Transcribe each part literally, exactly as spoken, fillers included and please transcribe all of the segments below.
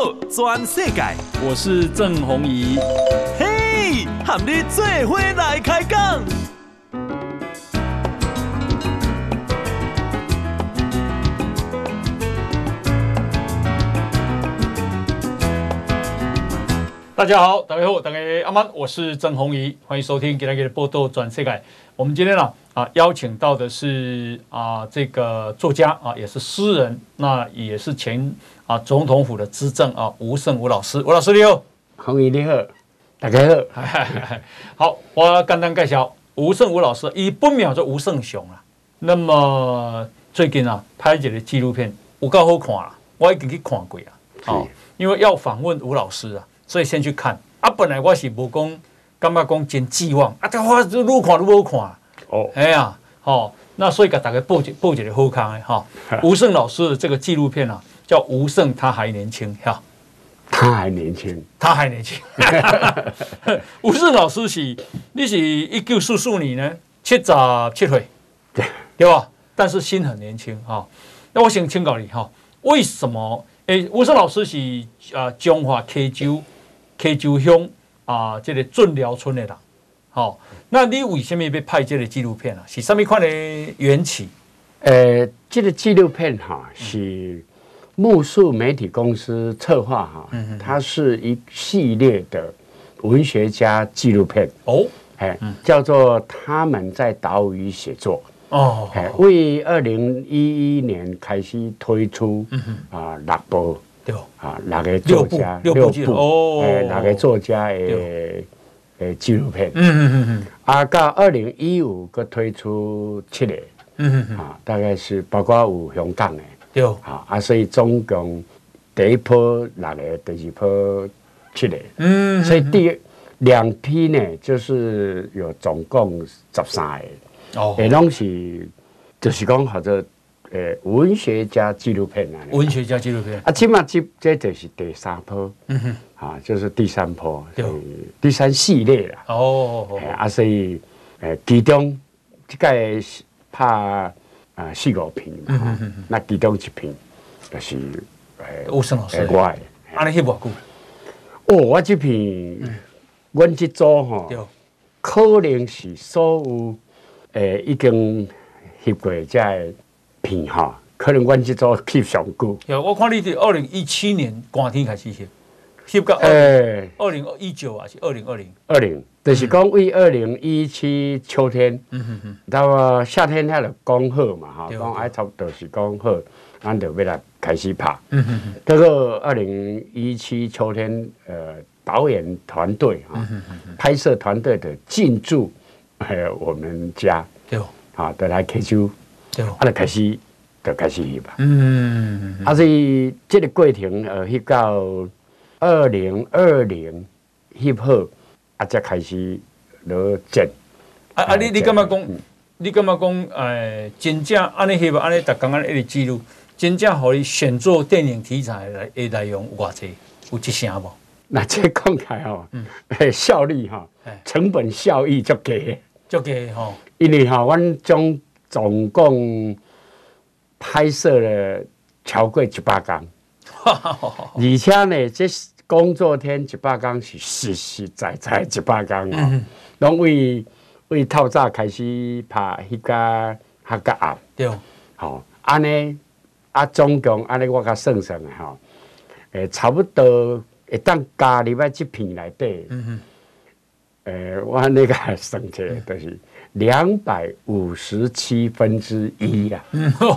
道全世界， 我是郑弘仪。 嘿，和你做伙来开讲。 大家好，大家好，大家阿曼，我是郑弘仪，欢迎收听今天的报道转世界。我们今天呢啊邀请到的是啊这个作家啊，也是诗人，那也是前啊总统府的资政啊吴胜吴老师，吴老师你好， 弘仪你好，大家好。 好，我简单介绍吴胜吴老师，以本名叫吴胜雄啊。那么最近啊拍一个纪录片，有够好看啦，我已经去看过了。哦，因为要访问吴老师啊。所以先去看啊！本来我是无讲，感觉讲真寄望啊，但我愈看愈无看哦。哎呀，好，那所以给大家报报一个好康的哈。吴胜老师的这个纪录片啊，叫《吴胜他还年轻》哈。 他还年轻， 他还年轻。吴胜老师是，你是一九四四年呢，七十七岁，对对吧？但是心很年轻哈。那我先请教你哈，为什么？诶，吴胜老师是啊，中华溪州。溪州乡啊，这个俊寮村的人，好、哦，那你为什么要拍这个纪录片啊？是什么款的缘起？ 呃，这个纪录片哈是木树媒体公司策划哈，嗯、它是一系列的文学家纪录片哦，哎，嗯、叫做他们在岛屿写作哦，哎，为二零一一年开始推出啊六部。对啊，六个作家六部六部哦， 诶，六个作家的诶纪录片，嗯嗯嗯嗯，啊，到二零一五个推出七个，嗯嗯啊，大概是包括有香港的，对，啊啊，所以总共第一波六个，第二波七个，嗯，所以第两批呢，就是有总共十三个，哦，诶，拢是就是讲或者。呃，文学家纪录片啊， 文学家纪录片啊，起码这这就是第三波，嗯哼，啊，就是第三波，第三系列啦。哦，啊，所以呃，其中这个拍啊四五篇嘛，那其中一篇就是呃吴胜老师我的， 安尼翕偌久？ 哦，我这篇，阮这组吼，可能是所有呃已经翕过这。片哈，可能阮这组翕上久。 有，我看你是二零一七年寒天开始翕，翕到呃二零一九还是二零二零？ 二零，就是讲为二零一七秋天，嗯哼哼，到夏天遐就讲好嘛哈，讲爱差不多是讲好，咱就要来开始拍。嗯哼哼。这个二零一七秋天，呃，导演团队啊，拍摄团队的进驻，还有我们家，对，啊，都来溪州。啊，就开始，就开始翕吧。嗯，啊，所以这个过程呃，翕到二零二零翕好，啊，才开始落剪。 啊啊，你你感觉讲，你感觉讲，诶，真正安尼翕，安尼逐工安尼一直记录，真正互你选做电影题材来的内容有偌济，有一成无？ 那这讲起来吼，嗯，效率哈，成本效益足低， 足低吼。 因为哈，阮将总共拍摄了超过一百天，而且呢，这工作天一百天是实实在在一百天哦。拢为为透早开始拍，迄个迄个暗，对，好，安尼啊，总共安尼我甲算算的吼，诶，差不多会当加入来这片内底，嗯诶，我那个算起来就是。两百五十七分之一呀，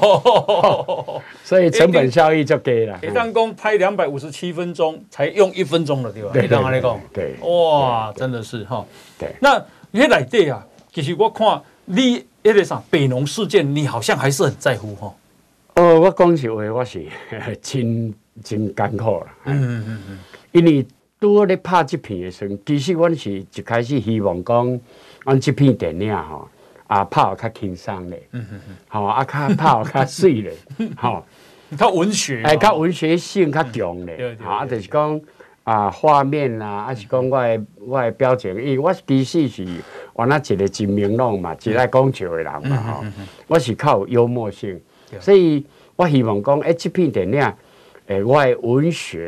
所以成本效益就低了。 一档工拍两百五十七分钟，才用一分钟了，对吧？ 对对对对，对， 哇，真的是哈。对，那你内底啊，其实我看你那个啥北农事件，你好像还是很在乎哈。 哦，我讲实话，我是真真艰苦啦。嗯嗯嗯嗯，因为拄好咧拍这片的时候，其实阮是一开始希望讲。阮这片电影吼，啊拍较轻松咧，嗯嗯嗯，吼啊较拍较水咧，吼， 较文学， 哎，较文学性较强咧，啊，就是讲啊画面啦，啊是讲我的我的表情，因为我其实是原来一个真明朗嘛，一个爱讲笑的人嘛，吼，我是靠有幽默性，所以我希望讲，哎，这片电影，诶，我的文学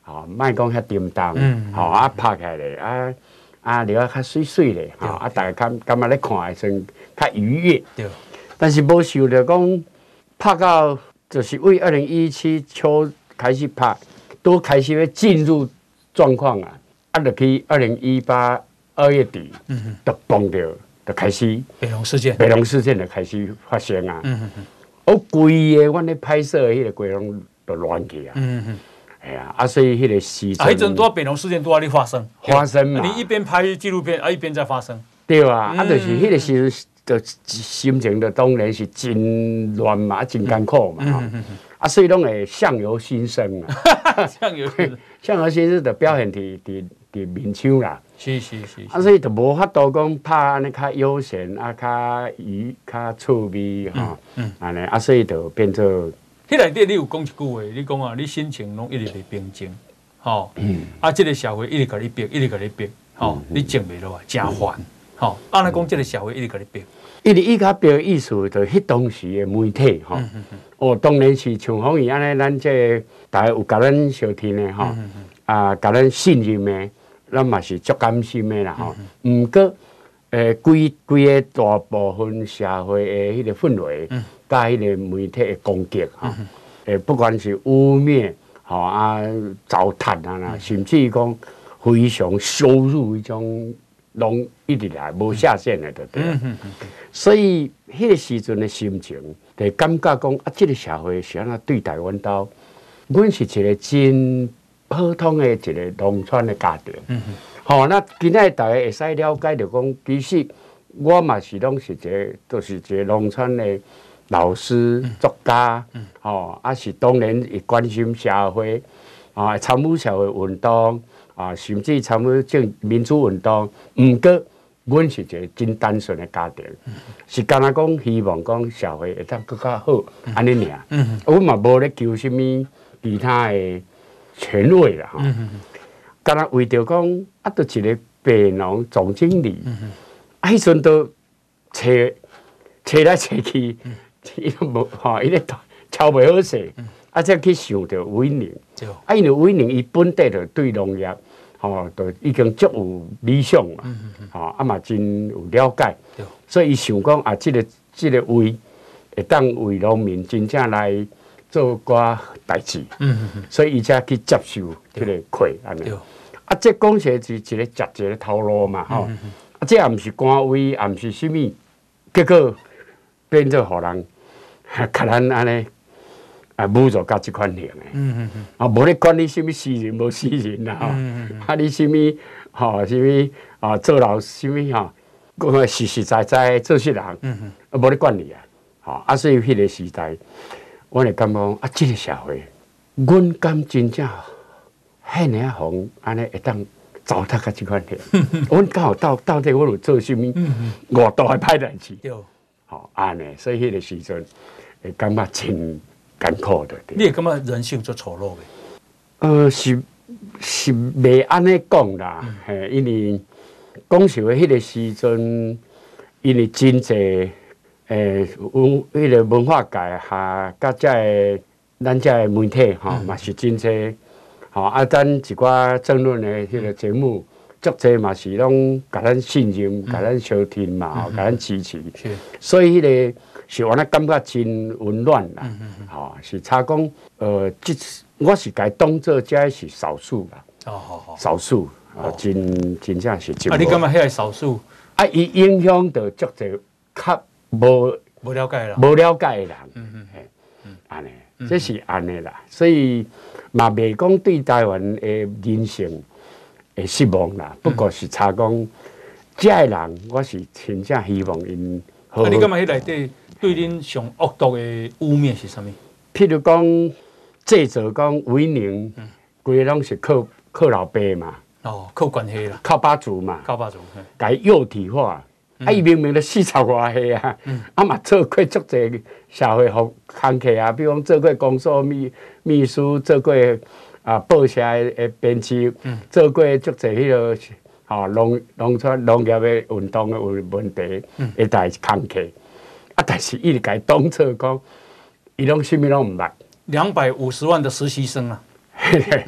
吼，莫讲遐沉重， 嗯吼啊拍起来咧，啊啊了啊较水水咧，吼啊大家感感觉咧看诶时阵较愉悦。 对， 但是无想着讲拍到，就是为二零一七秋开始拍，都开始要进入状况啊，啊，就去二零一八二月底，嗯就崩掉，就开始北龙事件， 北龙事件就开始发生啊。 嗯嗯我规个阮咧拍摄的迄个过程都乱去啊。 嗯嗯， 哎呀，啊，所以迄个时啊，迄阵多北龙事件多在你发生， 发生嘛， 你一边拍纪录片，啊一边在发生， 对啊，啊，就是迄个时阵，就心情就当然是真乱嘛，真艰苦嘛，吼。啊，所以拢会相由心生啊。 像有， 相由心生就表现伫伫伫面腔啦。 是是是， 啊，所以就无法度讲拍安尼较悠闲啊，较愉较趣味吼，安尼啊，所以就变做。 迄内底你有讲一句话，你讲啊，你心情拢一直袂平静，吼，啊，即个社会一直甲你逼，一直甲你逼，吼，你静袂落来，真烦，吼，按尼讲，即个社会一直甲你逼。 伊直伊较表意思，就迄当时的媒体吼，哦，当然是像方伊安尼，咱这大家有甲咱相听的吼，啊，甲咱信任的，咱嘛是足甘心的啦吼。毋过，诶，规规个大部分社会的迄个氛围，甲迄个媒体的攻击吼，诶，不管是污蔑吼啊、糟蹋啊啦，甚至讲非常羞辱迄种。拢一直来无下线的，对不对？所以迄个时阵的心情，就感觉讲啊，这个社会是安怎对待阮兜？阮是一个真普通的一个农村的家庭。好，那今仔大家会使了解着讲，其实我嘛是拢是一个，都是一个农村的老师、作家，吼，啊是当然会关心社会，啊参与社会运动。啊，甚至参与政民主运动，毋过，阮是一个真单纯的家庭，是干那讲希望讲社会会当更较好，安尼尔。阮嘛无咧求什物其他的权位啦，吼。干那为着讲啊，都一个北农总经理，啊，迄阵都找找来找去，伊都无吼，伊咧超袂好势。啊，才去想着伟宁，啊，因为伟宁伊本地就对农业，吼，就已经足有理想嘛，吼，啊嘛真有了解，所以伊想讲啊，即个即个位会当为农民真正来做寡代志，所以伊才去接受即个亏安尼。啊，这讲起来是一个直接的头路嘛，吼，啊，这也毋是官位，也毋是啥物，结果变做互人甲咱安尼。啊，侮辱到即款型诶，嗯嗯嗯，啊，无咧管你什物私人无私人啦，吼，啊，你什物吼，什物啊，做老什物吼，讲实实在在做事人，嗯嗯，啊，无咧管你啊，吼，啊，所以迄个时代，我会感觉啊，即个社会，阮敢真正遐尔啊红，安尼会当糟蹋到即款型，阮敢有到到底我有做什物外道诶歹代志，吼，安尼，所以迄个时阵会感觉真。艰苦的， 你会感觉人性最丑陋的？ 呃，是是袂安尼讲啦，嘿、嗯，因为讲实话，迄个时阵，因为真济诶文迄个文化界哈，甲遮个咱遮个媒体吼，嘛、嗯、是真济，吼啊，咱一寡争论的迄个节目，足济嘛是拢甲咱信任，甲、嗯、咱相挺嘛，吼、嗯，甲咱支持，所以迄、那个。是我那感觉真温暖啦，吼，是差讲，呃，即我是该当做这是少数啦，哦，好好，少数啊，真真正是真。 啊，你感觉迄个少数？ 啊，伊影响到足侪较无无了解啦， 无了解的人，嗯嗯嗯，安尼，这是安尼啦，所以嘛袂讲对台湾的人性会失望啦，不过是差讲，这个人我是真正希望因。 啊，你感觉迄内底？对恁上恶毒的污蔑是啥物？ 譬如讲，制作讲伟宁，规个拢是靠靠老爸嘛。 哦，靠关系啦， 靠爸族嘛。 靠爸族， 改幼体化。啊，伊明明都四十外岁啊，啊嘛做过足侪社会服工课啊，比如讲做过公所秘秘书，做过啊报社的编辑，做过足侪迄个吼农农村农业的运动的有问题，一代工课。啊！但是伊就甲伊当作讲，伊拢啥物拢毋捌。 两百五十万的实习生啊， 讲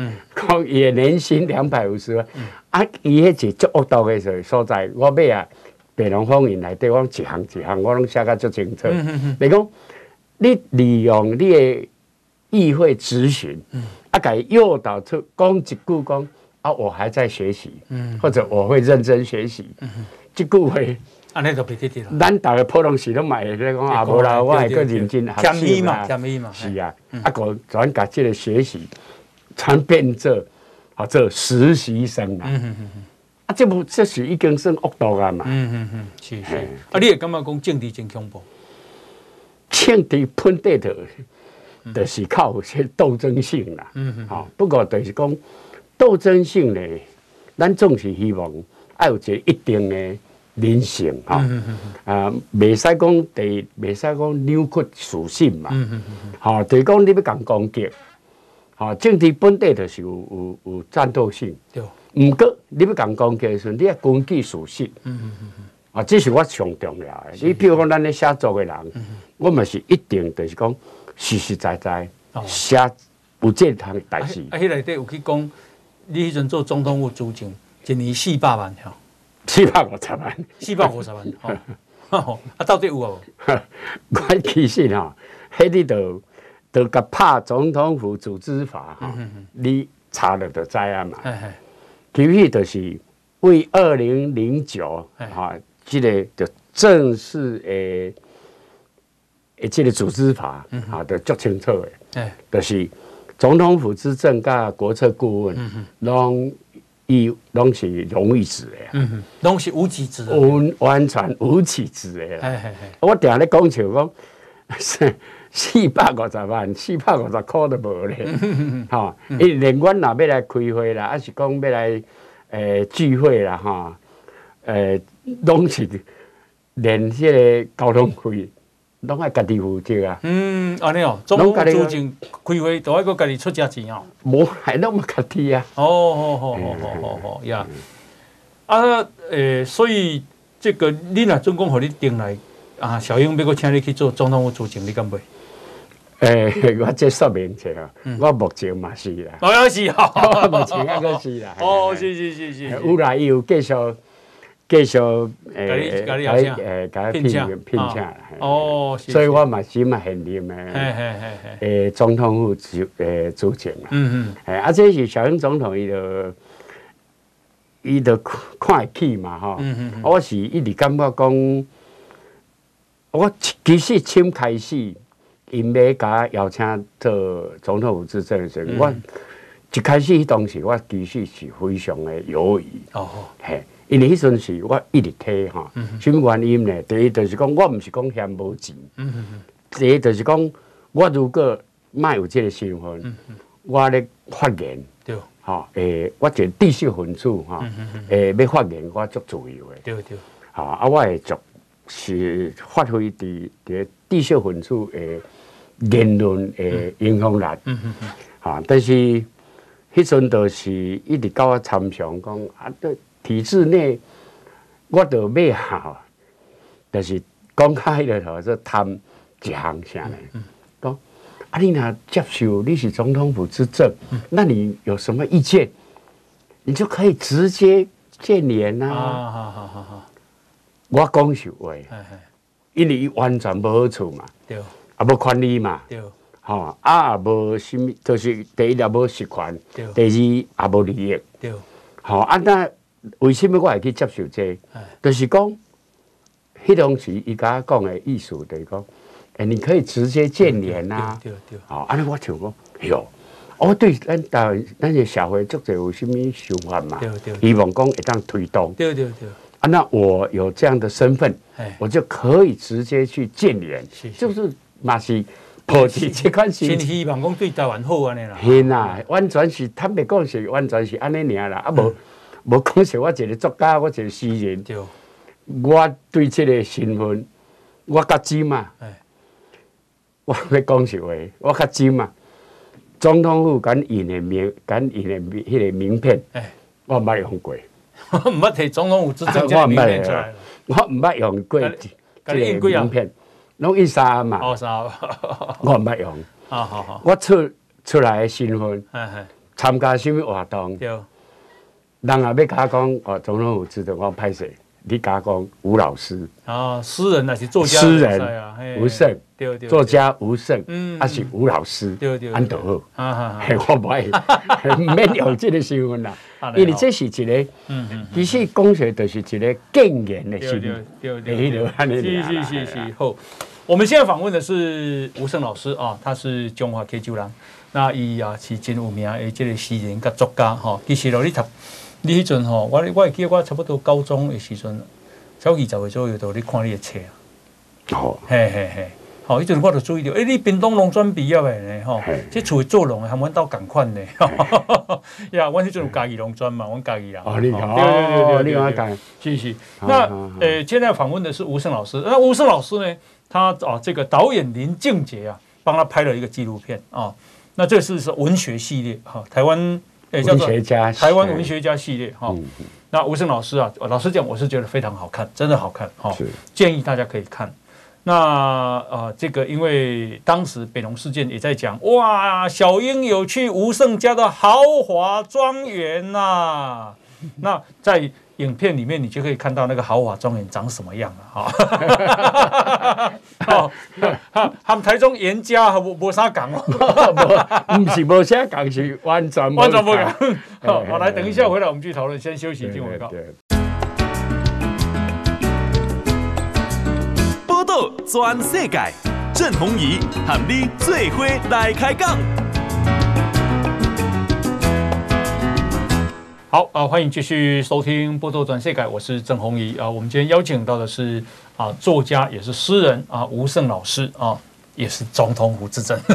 讲伊的年薪两百五十万，啊，伊迄是足恶毒的所所在，我尾啊，北农风云内底，我一项一项我拢写甲足清楚。你讲，你利用你的议会咨询，啊，甲伊诱导出讲一句讲啊，我还在学习，或者我会认真学习，这句话。 安尼就袂记得了。 咱逐个普通时拢嘛会咧讲啊，无啦，我会个认真学习嘛，添伊嘛， 是啊，啊个转甲即个学习，转变做啊做实习生啦。啊，这不这是已经算恶毒啊嘛。 嗯嗯嗯，是是。啊，你会感觉讲政治真恐怖？ 政治本底头，就是靠有些斗争性啦。嗯嗯。好，不过就是讲斗争性咧，咱总是希望要有一个一定的。人性哈，啊，袂使讲第，袂使讲扭曲事实嘛，吼，就是讲你要讲攻击，吼，政治本底就是有有有战斗性，对。毋过你要讲攻击的时候，你要根据事实，啊，这是我上重要的。你譬如讲咱咧写作的人，我嘛是一定就是讲实实在在写有这项代志。 啊，迄内底有去讲，你迄阵做总统府主政，一年四百万吼。 四百五十万， 四百五十万，吼，啊，到底有无？ 我其实吼，迄里头都甲拍总统府组织法哈，你查了就知啊嘛。其实就是为二零零九哈，这个就正式诶诶，这个组织法啊，就足清楚诶，就是总统府之政甲国策顾问拢。伊拢是荣誉制的， 嗯哼，拢是无极制的， 完完全无起制的啦。我定咧讲笑讲，四百五十万，四百五十块都无咧，吼！伊连阮若要来开会啦，还是讲要来诶聚会啦，吼，诶，拢是连迄个交通费。拢爱家己负责啊！ 嗯，安尼哦，总统主政开会都爱个家己出遮钱哦。 无，还拢家己啊！ 哦，好好好好好好呀！啊，诶，所以这个你若总共互你定来啊，小英要个请你去做总统府主政，你敢袂？ 诶，我这说明者啊，我目前嘛是啦。 我也是啊， 我目前还个是啦。 哦，是是是是。 有来有继续。继续诶，甲你诶，甲聘聘请啦。哦，所以我嘛是嘛现任诶，诶，总统府主诶主席啦。嗯嗯。诶，啊，这是小英总统伊就伊就看会起嘛吼。嗯嗯。我是一直感觉讲，我其实先开始，因要甲邀请做总统府执政的时候，我一开始迄当时我其实是非常的犹豫。哦。嘿。因为迄阵时我一直提哈，什么原因呢？第一就是讲，我毋是讲嫌无钱，第一就是讲，我如果卖有这个身份，我咧发言，哈，诶，我一知识分子哈，诶，要发言我足自由的，对对，哈，啊，我会足是发挥伫伫知识分子诶言论诶影响力，哈，但是迄阵就是一直甲我参详讲啊，对。体制内，我就要好，就是讲开了头，就谈一项啥呢？讲啊，你若接受你是总统府执政，那你有什么意见，你就可以直接建言呐。啊，好好好好。我讲实话，因为伊完全无好处嘛，对，啊无权利嘛，对，吼啊也无什么，就是第一也无实权，对，第二也无利益，对，吼啊那。为什么我会去接受这個？就是講，迄當時伊甲我講的意思就是講，誒，你可以直接建聯啊。對對對。哦，安尼我就講，喲，我對咱台咱個社會足濟有啥物想法嘛？對對。希望講會當推動。對對對。啊，那我有這樣的身份，我就可以直接去建聯，就是嘛是抱持這款心。 先希望講對台灣好安尼啦。 係啦，完全是坦白講是完全是安尼爾啦，啊無。無講是我一個作家，我一個詩人。對。我對這個身份，我較尖嘛。我要講實話，我較尖嘛。總統府揀印的名，揀印的迄個名片，我唔捌用過。 唔捌摕總統府執政這名片出來。 我唔捌用過這個名片，攏印三嘛。哦，三。我唔捌用。啊好好。我出出來的身份。 参加什么活动， 对， 人也要甲我讲哦，总统有指导我拍摄，你甲我讲吴老师， 啊，诗人那是作家， 诗人吴胜， 对对， 作家吴胜， 嗯， 啊是吴老师， 对对， 安就好， 啊哈， 嘿，我不爱，免用这个身份啦，因为这是一个，嗯嗯，其实讲起来就是一个敬言的身份， 对对对， 是是是是，好。我们现在访问的是吴胜老师啊，他是中华溪州人，那伊啊是真有名的这个诗人甲作家哈。其实咯，你读你迄阵吼，我我会记得我差不多高中的时阵，小二十岁左右，就咧看你的册啊。 哦， 嘿嘿嘿，好，迄阵我就注意到，诶、欸，你屏东农专毕业的呢，吼，这厝做农的，和阮兜共款呢。呀，阮迄阵有家己农专嘛，阮家己人。 哦，你讲， 对对对对， 你讲讲， 是是。那呃，现在访问的是吴胜老师，那吴胜老师呢？他啊，这个导演林靖杰啊，帮他拍了一个纪录片啊。那这是是文学系列哈，台湾诶叫做台湾文学家系列哈。那吴胜老师啊，老实讲，我是觉得非常好看，真的好看哈，建议大家可以看。那呃，这个因为当时北农事件也在讲，哇，小英有去吴胜家的豪华庄园呐。那在影片里面，你就可以看到那个豪华庄园长什么样了哈。哦，他们台中严家无无啥讲哦， 不是无啥讲，是完全完全不讲。好，来，等一下回来我们继续讨论，先休息，进广告。 报道全世界，郑鸿仪和你做伙来开讲。 好啊、呃，欢迎继续收听《波多转世界》，我是郑鸿仪啊。我们今天邀请到的是啊、呃，作家也是诗人啊，吴胜老师啊，也是总统府之争。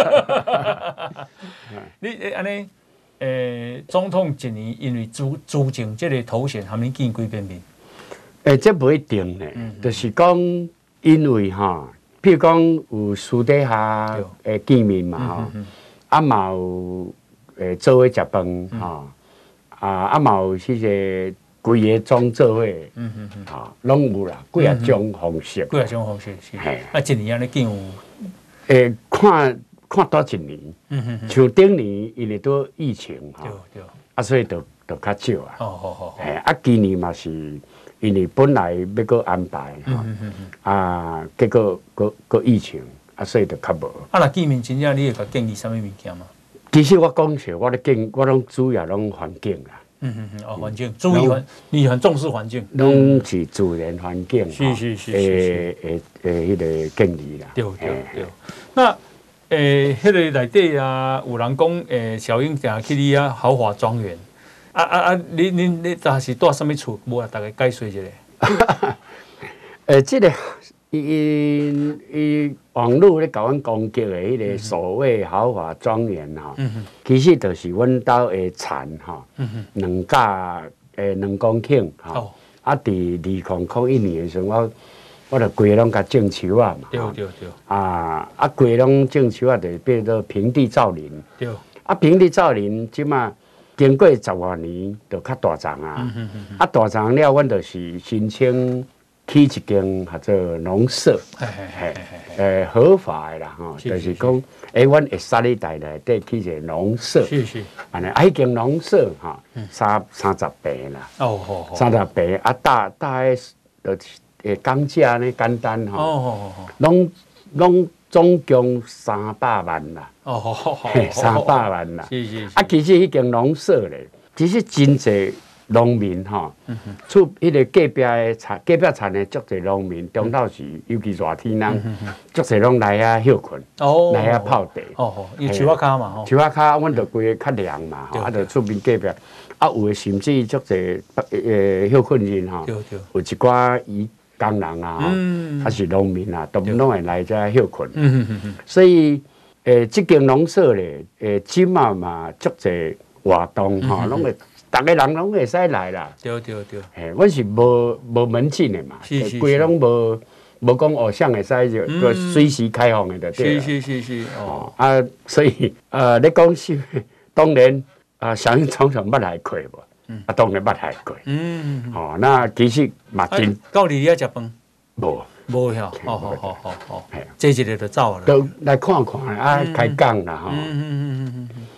你诶，安尼诶，总统一年因为主主政这个头衔，含你见几遍面？ 诶，这不一定呢，嗯、就是讲因为哈，譬如讲有私底下诶见面嘛哈，嗯嗯、啊嘛有诶做伙食饭哈。嗯啊，啊嘛有迄个规个总做伙，嗯嗯嗯，哈，拢有啦，几啊种方式， 几啊种方式是。啊，一年安尼见有， 诶，看看多一年，嗯嗯嗯，像顶年因为都疫情哈，对对，啊，所以就就较少啊。哦好好。诶，啊，今年嘛是因为本来要个安排哈，嗯嗯嗯，啊，结果个个疫情，啊，所以就较无。 啊，若见面真正你会甲建议啥物物件吗？ 其实我讲起，我咧建，我拢主要拢环境啦。 嗯嗯嗯，哦，环境，注意环，你很重视环境。 拢是自然环境， 是是是是诶诶诶，迄个建议啦。 对对对。那诶，迄个内底啊，有人讲诶，小英定去你啊豪华庄园。啊啊啊！你你你，但是住什么厝？无啊，大概解说一下。 诶，这个。伊伊网络咧甲阮攻击的迄个所谓豪华庄园哈，其实就是阮兜的田哈，两甲诶两公顷哈，啊，伫二零零一年的时候，我我著规拢甲种树啊嘛， 对对对， 啊啊规拢种树啊，就变做平地造林， 对， 啊平地造林，即马经过十外年，就较大丛啊，啊大丛了，阮就是申请。起一间叫做农舍，诶合法的啦吼，就是讲，诶，阮会沙哩台内底起一个农舍， 是是， 安尼，啊，迄间农舍哈，三三十平啦，哦好好，三十平啊，大大概呃诶工价呢简单吼，哦好好，拢拢总共三百万啦，哦好好好，三百万啦，是是，啊，其实迄间农舍咧，其实真济。农民哈，厝迄个隔壁的田，隔壁田的足侪农民，中昼时尤其热天人，足侪拢来遐休困，来遐泡茶。哦哦， 因为树仔骹嘛吼， 树仔骹，阮着规个较凉嘛，啊，着厝边隔壁，啊，有诶甚至足侪诶休困人吼，有一寡伊工人啊，还是农民啊，都拢会来遮休困。所以诶，即间农舍咧，诶，即嘛嘛足侪活动吼，拢会。逐个人拢会使来啦， 对对对， 嘿，阮是无无门禁的嘛，规个拢无无讲哦，谁会使就个随时开放的就对啦。是是是是哦， 啊，所以呃，你讲是当然啊，小英常常捌来过无，啊，当然捌来过。嗯，哦，那其实嘛真到你遐食饭无无呀，好好好好好，坐一个就走了， 都来看看啊，开讲啦吼。嗯嗯嗯嗯嗯。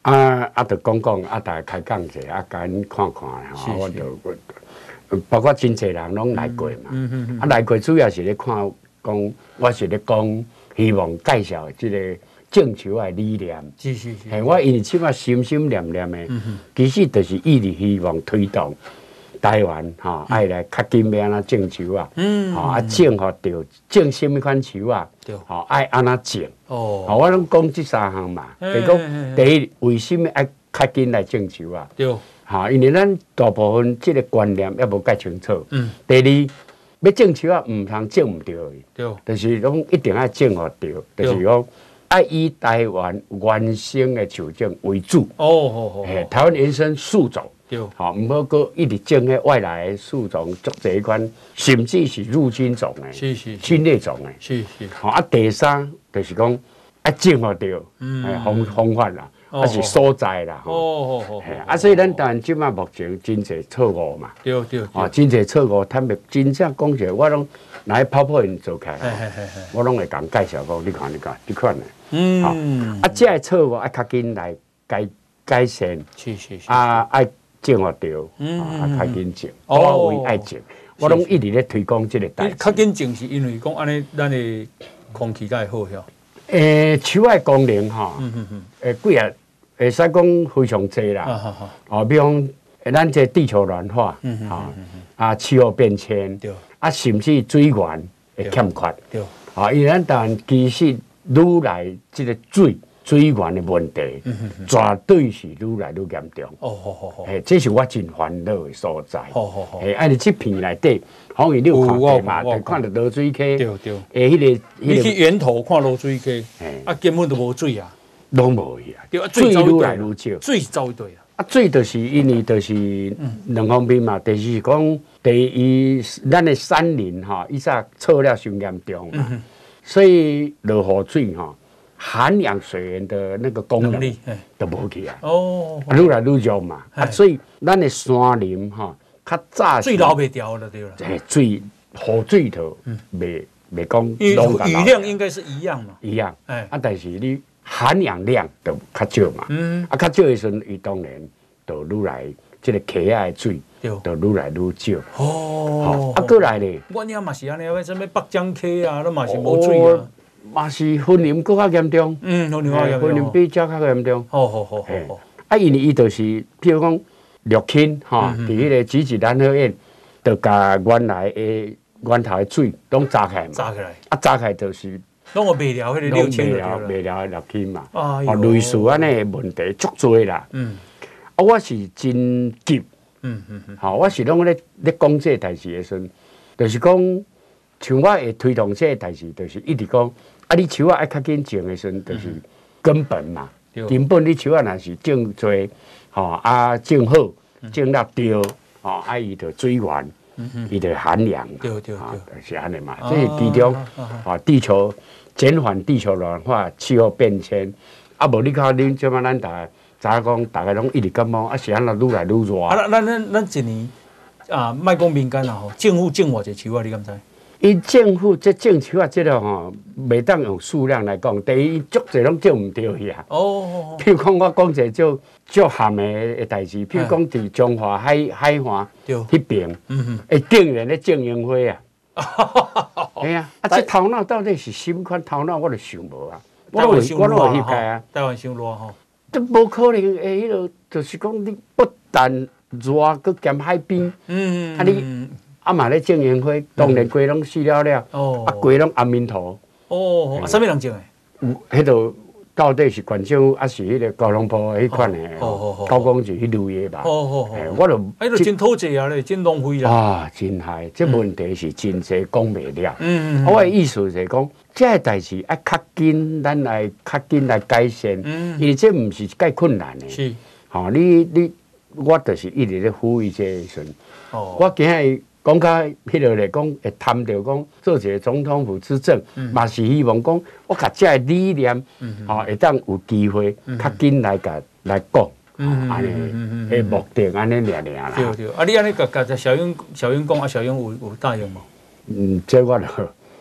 啊啊，就讲讲啊，大家开讲者，啊，甲因看看吼，我就包括真侪人拢来过嘛。嗯嗯嗯。啊，来过主要是咧看讲，我是咧讲，希望介绍即个种球的理念。 是是是。 嘿，我因为即摆心心念念的，其实就是意力希望推动台湾吼，爱来较紧要安怎种球啊。嗯。吼啊，种吼着种什么款球啊？对。吼爱安怎种？哦。吼，我拢讲即三项嘛。第讲第一，为什么爱较紧来种球啊？对。哈，因为咱大部分即个观念也无介清楚。嗯。第二，要种球啊，毋通种毋着去。对。就是讲一定要种互着，就是讲爱以台湾原生的球种为主。哦，好好。嘿，台湾原生树种。对。好，毋好搁一直种迄外来的树种，足侪款，甚至是入侵种的，是是侵略种的。是是。好啊，第三就是讲爱种互着，嗯，方方法啦。啊是所在啦，吼，哦哦哦，啊，所以咱当然即马目前真侪错误嘛，对对，啊，真侪错误，坦白真正讲起来，我拢来泡泡因做起来，我拢会讲介绍讲，你看你看，即款的，嗯，啊，即个错误爱较紧来改改善，是是是，啊，爱种互着，啊，较紧种，多为爱种，我拢一直咧推广即个代志。 较紧种是因为讲安尼，咱的空气才会好晓。 诶，树的功能吼，诶，几啊。会使讲非常侪啦，哦，比方咱这地球暖化，哈，啊，气候变迁，啊，甚至水源会欠缺，啊，因为咱当然其实愈来这个水水源的问题，绝对是愈来愈严重。哦，好好好，诶，这是我真烦恼的所在。好好好，诶，按你这片内底，好像你有看过嘛？就看到落水溪，对对，诶，迄个你去源头看落水溪，啊，根本都无水啊。 拢无去啊，水愈来愈少， 水走一堆啊。 啊，水就是因为就是两方面嘛，第是讲第一，咱的山林哈，伊早错了伤严重嘛，所以落雨水哈，涵养水源的那个功能都无去啊。哦，愈来愈弱嘛，啊，所以咱的山林哈，较早水流袂掉了对了。 诶，水雨水头袂袂讲， 雨量应该是一样嘛。 一样，哎，啊，但是你。含氧量就较少嘛，嗯、啊，较少的时阵，伊当然就愈来即个溪仔的水，就愈来愈少。哦，啊，过来咧， 我遐嘛是安尼，为什么北江溪啊，那嘛是无水啊， 嘛是森林更较严重。嗯，森林较严重，森林比遮较严重。好好好好。啊，因为伊就是，譬如讲绿青哈，伫迄个集集南河苑，就甲原来的源头的水拢炸起来嘛。 炸起来。 啊，炸起来就是。 拢我未了，迄个六千就对了。 未了六千嘛，哦，类似安尼问题足多啦。嗯，啊，我是真急。嗯嗯嗯。好，我是拢咧咧讲这代志的时阵，就是讲，像我会推动这个代志，就是一直讲，啊，你树啊爱较紧种的时阵，就是根本嘛。根本你树啊若是种多，吼啊种好，种了对，吼啊伊就水源，伊就涵养嘛。对对对，是安尼嘛。这是其中，啊，地球。减缓地球暖化、气候变迁，啊，无你看恁即摆咱大家，早讲大家拢一直感冒，啊是安那愈来愈热。 啊，咱咱咱一年啊，莫讲民间啦吼，政府种偌济树啊，你敢知？ 伊政府这种树啊，这个吼，袂当用数量来讲，第一足侪拢种毋着去啊。哦。譬如讲，我讲一个足足含的诶代志，譬如讲伫中华海海岸迄边，嗯哼，会竟然咧种樱花啊。哎呀，啊！这头脑到底是什么款头脑，我就想无啊。 我我我我翕开啊。 台湾伤热吼。 这无可能诶，迄个就是讲你不但热，佮兼海边。嗯。啊你啊嘛咧种樱花，当然规拢死了了。哦。啊规拢暗面土。 哦，啊，啥物人种诶？ 有迄度到底是县政府，还是迄个高龙坡迄款诶？哦哦高工是迄类诶吧？哦哦哦。我就哎，都真讨济啊咧，真浪费啦。 啊，真害！这问题是真侪讲袂了。嗯嗯。我诶意思是讲，这个代志爱较紧，咱来较紧来改善。嗯。因为这毋是介困难诶。是。吼，你你我就是一直咧呼吁这个时阵。哦。我今日讲较迄落来讲，会谈到讲做一个总统府执政，嘛是希望讲我甲这个理念，吼会当有机会较紧来甲来讲。安尼，诶，目的安尼尔尔啦。 对对，啊，你安尼甲甲小英小英讲，啊，小英有有答应无？ 嗯，这我就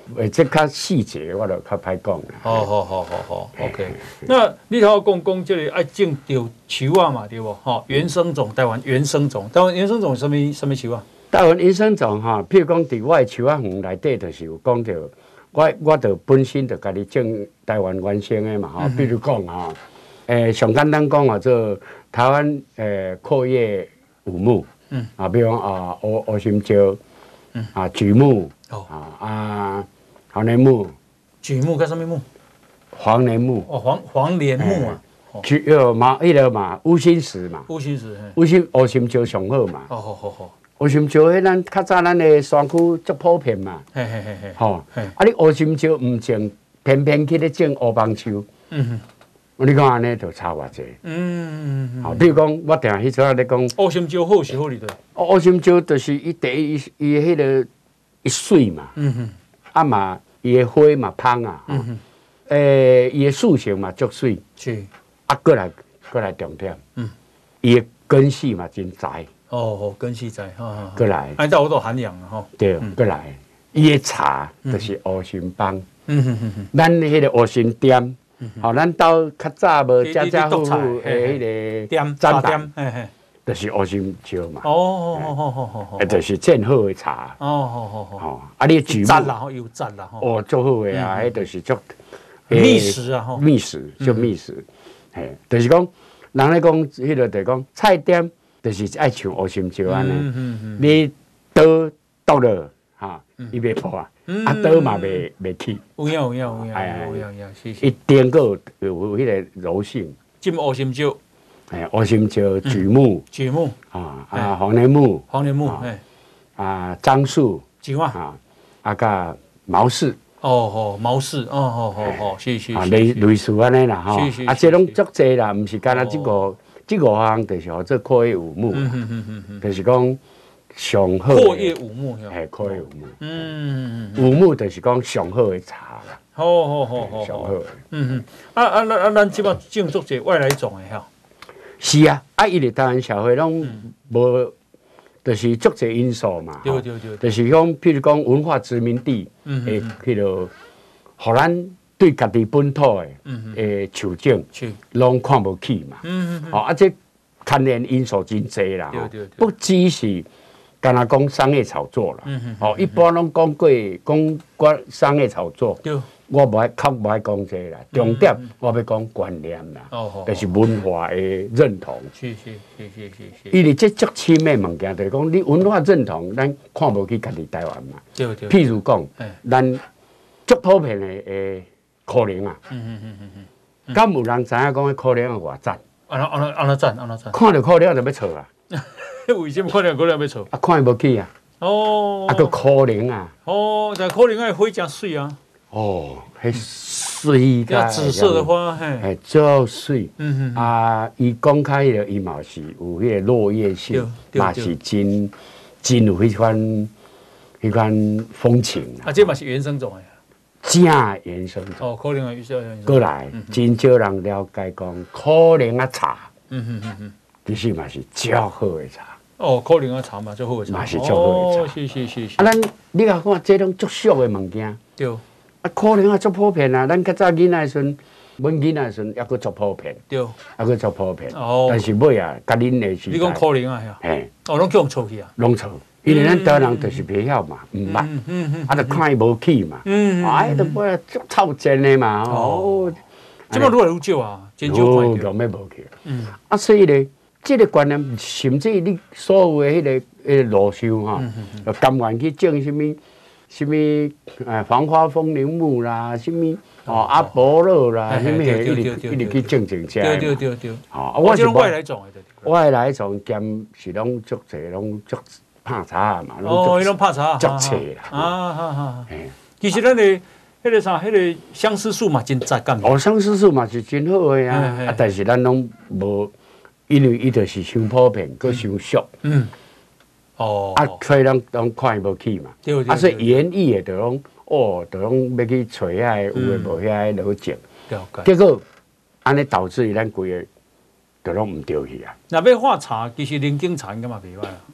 诶，这较细节我就较歹讲啦。 好好好好好 ，OK。那你头讲讲这个爱种着树啊嘛，对不？吼，原生种台湾原生种，台湾原生种什么什么树啊？ 台湾原生种哈，譬如讲伫我的树仔园内底，就是有讲到，我我就本身就家己种台湾原生的嘛吼。比如讲哈，诶，上简单讲啊，做台湾诶阔叶五木，嗯啊，比如讲啊乌乌心椒，嗯啊榉木，哦啊啊黄连木， 榉木跟什么木？ 黄连木。 哦，黄黄连木啊。 榉有嘛，迄个嘛乌心石嘛。 乌心石。 乌心乌心椒上好嘛。 哦好好好。 乌心椒，迄咱较早咱的山区足普遍嘛，嘿嘿嘿嘿，吼，啊你乌心椒唔种，偏偏去咧种乌帮树，嗯哼，你讲安尼就差偌济，嗯嗯嗯，好，比如讲我定迄阵仔咧讲， 乌心椒好是好哩对， 乌心椒就是伊第一伊伊迄个一水嘛，嗯哼，啊嘛伊的花嘛芳啊，嗯哼，诶伊的树形嘛足水，是，啊过来过来重点，嗯，伊的根系嘛真窄。 哦哦，根系在，哈哈。 过来， 按照我都涵养了哈。 对，过来，伊的茶就是乌心帮，嗯哼哼哼，咱迄个乌心店，吼，咱兜较早无家家户户的迄个店砧板， 嘿嘿， 就是乌心椒嘛。 哦哦哦哦哦哦， 就是正好的茶。 哦哦哦哦， 啊，你榉木， 赞啦，有赞啦， 哦，足好的啊，迄就是足觅食啊， 觅食足觅食，嘿，就是讲，人咧讲，迄个就讲菜店。就是爱像乌心椒安尼，你刀剁了哈，伊袂破啊，啊刀嘛袂袂起。 有影有影有影有影有影，是是。 伊顶个有有迄个柔性。 浸乌心椒， 哎，乌心椒、榉木、 榉木啊啊黄连木、 黄连木，哎啊樟树、 几花啊啊甲毛柿。 哦哦，毛柿，哦哦哦哦，是是。 啊类类似安尼啦吼，啊这拢足济啦，毋是干那即个。这五项就是叫做阔叶五木，就是讲上好。 阔叶五木， 系阔叶五木。嗯，五木就是讲上好的茶啦。 好好好好， 上好的。 嗯嗯，啊啊，咱啊咱即摆种足者外来种的吼。 是啊，啊，伊咧台湾社会拢无，就是足济因素嘛。 对对对。 就是讲，譬如讲文化殖民地，诶，迄落，互咱。对家己本土的诶树种，拢看不起嘛。哦，啊，这牵连因素真济啦。不只是干那讲商业炒作啦。哦，一般拢讲过讲我商业炒作，我无爱较无爱讲这啦。重点我要讲观念啦，就是文化的认同。 是是是是是是。 伊咧这足深的物件，就是讲你文化认同，咱看不起家己台湾嘛。 对对。 譬如讲，咱足普遍的诶。可能啊，嗯嗯嗯嗯嗯，敢有人知影讲迄可能有偌赞？ 安那安那安那赞安那赞？ 看到可能就要错啊！ 为什么可能可能要错？ 啊，看伊无起啊！哦，啊个可能啊！ 哦，但可能那花真水啊！ 哦，迄水个紫色的花， 嘿，足水。嗯嗯。啊，伊讲开迄个伊嘛是有迄个落叶性，嘛是真真有迄款迄款风情啊！这嘛是原生种的。 正原生种哦，可能啊，原生种。 过来，真少人了解讲可能啊茶，嗯嗯嗯嗯，其实嘛是足好的茶。 哦，可能啊茶嘛，足好的茶。 嘛是足好的茶。 是是是是。 啊，咱你甲看，这种足俗的物件。 对。 啊，可能啊足普遍啊，咱较早囡仔时阵，阮囡仔时阵抑佫足普遍。 对。 抑佫足普遍。哦。但是尾啊，甲恁的时代。 你讲可能啊，吓。嘿。哦，拢叫人错去啊。 拢错。因为咱台湾人就是袂晓嘛，毋捌，啊，就看伊无起嘛，哎，都不足臭真的嘛，哦， 即摆愈来愈少啊，真少看到， 都咩无去，嗯，啊，所以咧，即个观念，甚至你所有的迄个诶路上哈，就甘愿去种什物什物诶黄花风铃木啦，什物哦阿婆乐啦，什物一直一直去种种遮， 对对对对， 哦，我是外来种的， 外来种兼是拢足济，拢足。拍茶嘛， 哦，伊拢拍茶， 足切啦。 啊哈哈。其实咱的迄个啥，迄个相思树嘛，真扎干。 哦，相思树嘛是真好的啊，啊，但是咱拢无，因为伊就是伤普遍，佮伤俗。嗯。哦。啊，所以咱拢看伊无起嘛。对对。啊，所以演绎的就拢，哦，就拢要去找遐有诶无遐落种。了解。结果，安尼导致伊咱规个，就拢毋对去啊。 若要画茶，其实人工茶应该嘛袂歹啊。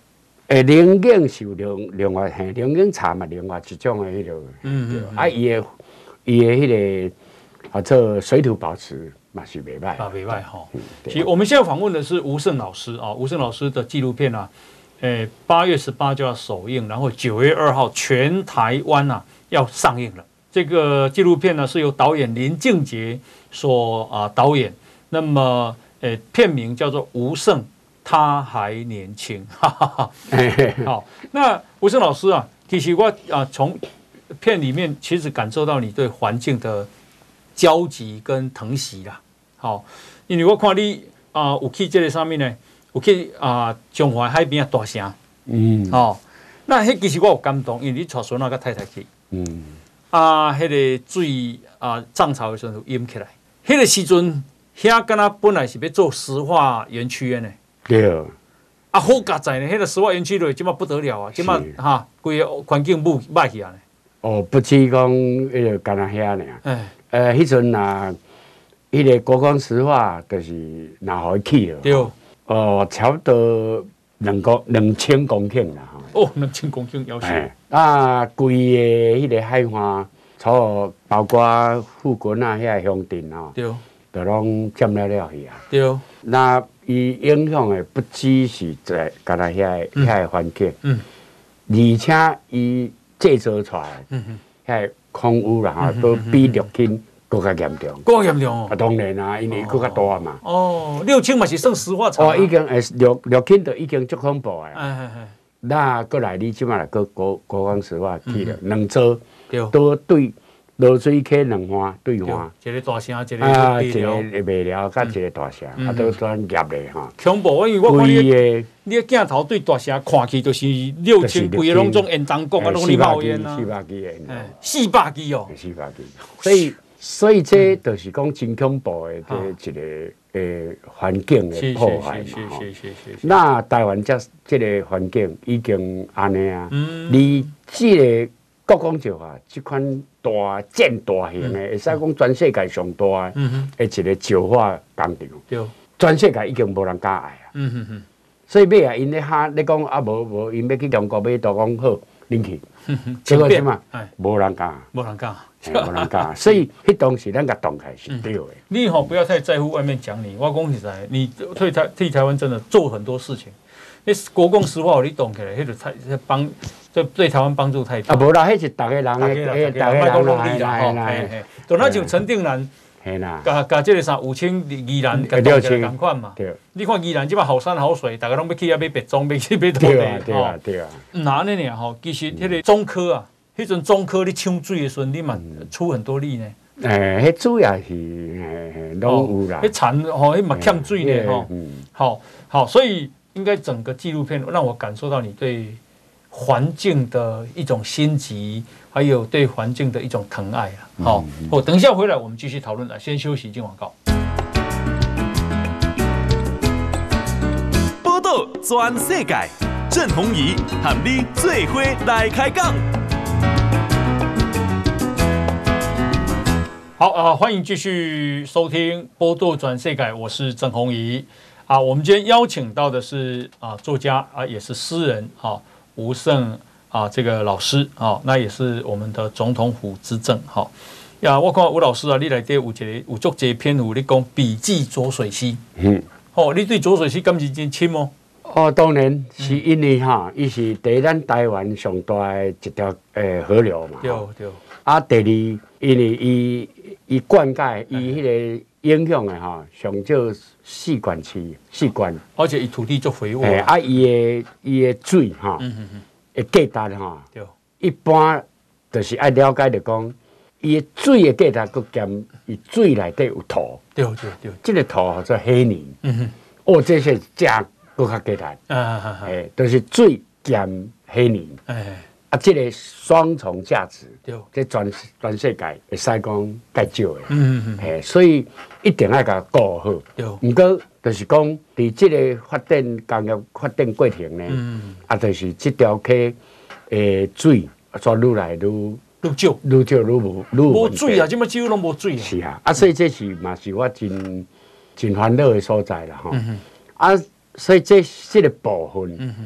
诶，龙眼是有另另外嘿，龙眼茶嘛，另外一种的迄个， 嗯嗯， 啊，伊的伊的迄个啊，做水土保持嘛是袂歹， 啊，袂歹哈。其实我们现在访问的是吴胜老师啊，吴胜老师的纪录片啊，诶，八月十八就要首映，然后九月二号全台湾啊要上映了。这个纪录片呢是由导演林靖杰所啊导演，那么诶片名叫做《吴胜他还年轻》，哈哈哈。好，那吴胜老师啊，其实我啊从片里面其实感受到你对环境的焦急跟疼惜啦。好，因为我看你啊有去这个上面呢，有去啊中华海边啊大城， 嗯， 哦，那迄其实我有感动，因为你带孙仔甲太太去。 嗯。 啊，迄、那个水啊涨潮的时候淹起来，迄、那个时阵，遐敢若本来是要做石化园区的呢。 对。 啊，好佳哉呢，迄、那个石化园区落，即马不得了啊！即马哈，规个环境不歹去啊呢。 哦，不止讲迄个干那遐呢。哎。呃，迄阵啊，迄个国光石化就是拿互伊去了。 对。 哦，差不多两公两千公顷啦。 哦，两千公顷要死。 啊，规个迄个海岸，从包括富军啊，遐乡镇哦， 对， 都拢占了了去啊。 对。 那伊影响的不只是在干那遐遐个环境，嗯，而且伊制造出来，嗯嗯，遐空污啦吼，都比六轻更加严重。 更加严重哦。 啊，当然啊，因为更加大嘛。 哦，六轻嘛是算石化厂。 哦，已经诶六六轻就已经足恐怖诶。 哎哎哎。 那过来，你即马来个国国光石化去了，两座都对落水溪两岸对岸， 一个大城，一个啊，一个未了，甲一个大城，啊，都转业咧吼。 恐怖，因为我看你你个镜头对大城看起就是六千规个拢种烟当讲啊，拢咧冒烟啊， 四百支烟， 四百支哦， 四百支，所以所以这就是讲真恐怖的这一个。诶，环境的破坏嘛，吼。那台湾这这个环境已经安尼啊，你这个国光石化这款大建大型的，会使讲全世界上大的一个石化工厂，全世界已经无人敢爱啊。所以尾啊，因咧哈，你讲啊，无无，因要去中国买，都讲好，恁去，结果什么？无人敢， 无人敢。 无人敢，所以迄当时咱甲动开是对的。 你吼不要太在乎外面讲你，我讲实在，你对台替台湾真的做很多事情。那国共石化你动起来，迄个太帮对对台湾帮助太大。 啊，无啦，迄是逐个人的， 大家人努力啦，吼。就那像陈定南， 系啦， 甲甲这个啥五千宜兰甲动起来同款嘛。对。你看宜兰即摆好山好水，大家拢要去遐买别庄，要去买土地， 对啊，对啊，对啊。 那安尼尔吼，其实迄个中科啊。迄阵中科你抢水的时阵，你嘛出很多力呢。 诶，迄主要是诶，拢有啦。 迄产吼，迄嘛欠水呢吼。好好，所以应该整个纪录片让我感受到你对环境的一种心急，还有对环境的一种疼爱啊。好，我等一下回来我们继续讨论了，先休息，进广告。 报道全世界，郑鸿仪和你做伙来开讲。 好啊、呃，欢迎继续收听《波多转世界》，我是郑鸿仪啊。我们今天邀请到的是啊作家啊，也是诗人啊吴胜啊这个老师啊，那也是我们的总统府之政哈。呀，我看吴老师啊，你来底有一个有足这篇有你讲笔记浊水溪，嗯，哦，你对浊水溪感是真深哦。 哦，当然是因为哈，伊是第一咱台湾上大的一条诶河流嘛。 对对。 啊，第二，因为伊伊灌溉，伊迄个影响的哈，上少四管区，四管。 而且伊土地足肥沃。 诶，啊，伊的伊的水哈，会价值哈。对。一般就是爱了解着讲，伊的水的价值，佮兼伊水内底有土。 对对对。 这个土叫做黑泥。嗯哼。哦，这些价更较价值。啊啊啊！诶，就是水兼黑泥。哎。啊，这个双重价值，这全全世界会使讲介少的，嗯嗯嗯，所以一定要甲顾好。毋过就是讲，伫这个发展工业发展过程呢，嗯、啊，就是这条溪诶水，全愈来愈愈少， 愈少愈无愈无水啊！即摆几乎拢无水啊。 是啊，啊，所以这是嘛是我真真烦恼的所在啦，吼。嗯、啊，所以这这个部分。嗯嗯